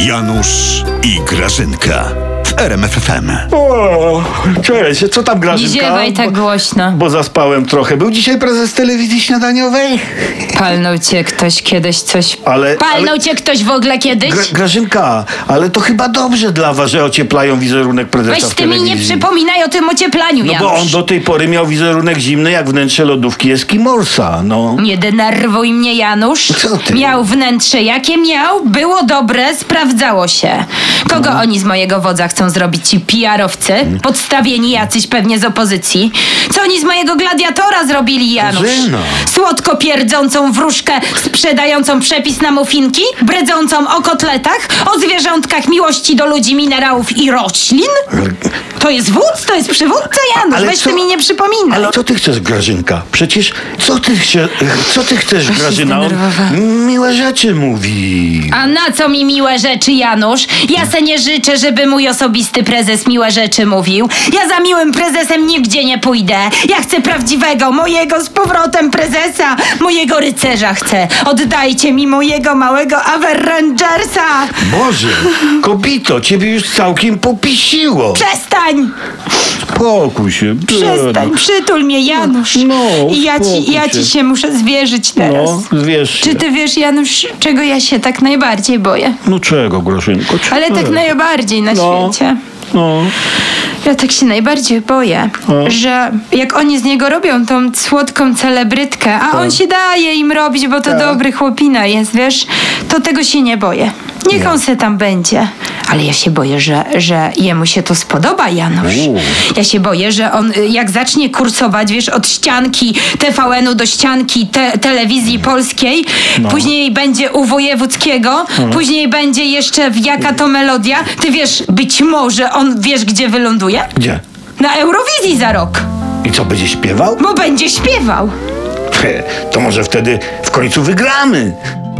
Janusz i Grażynka w RMF FM. O, cześć, co tam, Grażynka? Nie ziewaj tak głośno. Bo zaspałem trochę. Był dzisiaj prezes telewizji śniadaniowej? Palnął cię ktoś kiedyś coś... Palnął cię ktoś w ogóle kiedyś? Grażynka, ale to chyba dobrze dla was, że ocieplają wizerunek prezesa Weź w ty mi telewizji. nie przypominaj o tym ocieplaniu, No Janusz. bo on do tej pory miał wizerunek zimny jak wnętrze lodówki Eskimorsa, no. Nie denerwuj mnie, Janusz. Co ty? Miał wnętrze jakie miał, było dobre, sprawdzało się. Kogo oni z mojego wodza chcą zrobić, ci PR-owcy? Podstawieni jacyś pewnie z opozycji. Co oni z mojego gladiatora zrobili, Janusz? Grażyna. Słodko pierdzącą wróżkę, sprzedającą przepis na muffinki, bredzącą o kotletach, o zwierzątkach, miłości do ludzi, minerałów i roślin? To jest wódz, to jest przywódca, Janusz. Ale Weź co- ty mi nie przypominaj. Ale co ty chcesz, Grażynka? Przecież co ty chcesz, się Grażyna? On zdenerwowałam. miłe rzeczy mówi. A na co mi miłe rzeczy, Janusz? Ja se nie życzę, żeby mój osobisty prezes miłe rzeczy mówił. Ja za miłym prezesem nigdzie nie pójdę. Ja chcę prawdziwego, mojego z powrotem prezesa. Mojego rycerza chcę. Oddajcie mi mojego małego Avengersa. Boże, kobito, ciebie już całkiem popisiło. Przestań! Spokój się. Przestań, przytul mnie, Janusz. No, I ja uspokój ci się. się muszę zwierzyć teraz. No, wiesz się. Czy ty wiesz, Janusz, czego ja się tak najbardziej boję? No czego, Grażynko? Ale tak czego? najbardziej na No. świecie. No. Ja tak się najbardziej boję, że jak oni z niego robią tą słodką celebrytkę, a on się daje im robić, bo to dobry chłopina jest, wiesz, to tego się nie boję. Niech on se tam będzie. Ale ja się boję, że jemu się to spodoba, Janusz. Ja się boję, że on jak zacznie kursować, wiesz, od ścianki TVN-u do ścianki telewizji polskiej, później będzie u Wojewódzkiego, później będzie jeszcze w Jaka to Melodia. Ty wiesz, być może on wiesz, gdzie wyląduje? Gdzie? Na Eurowizji za rok. I co, będzie śpiewał? Bo będzie śpiewał. To może wtedy w końcu wygramy.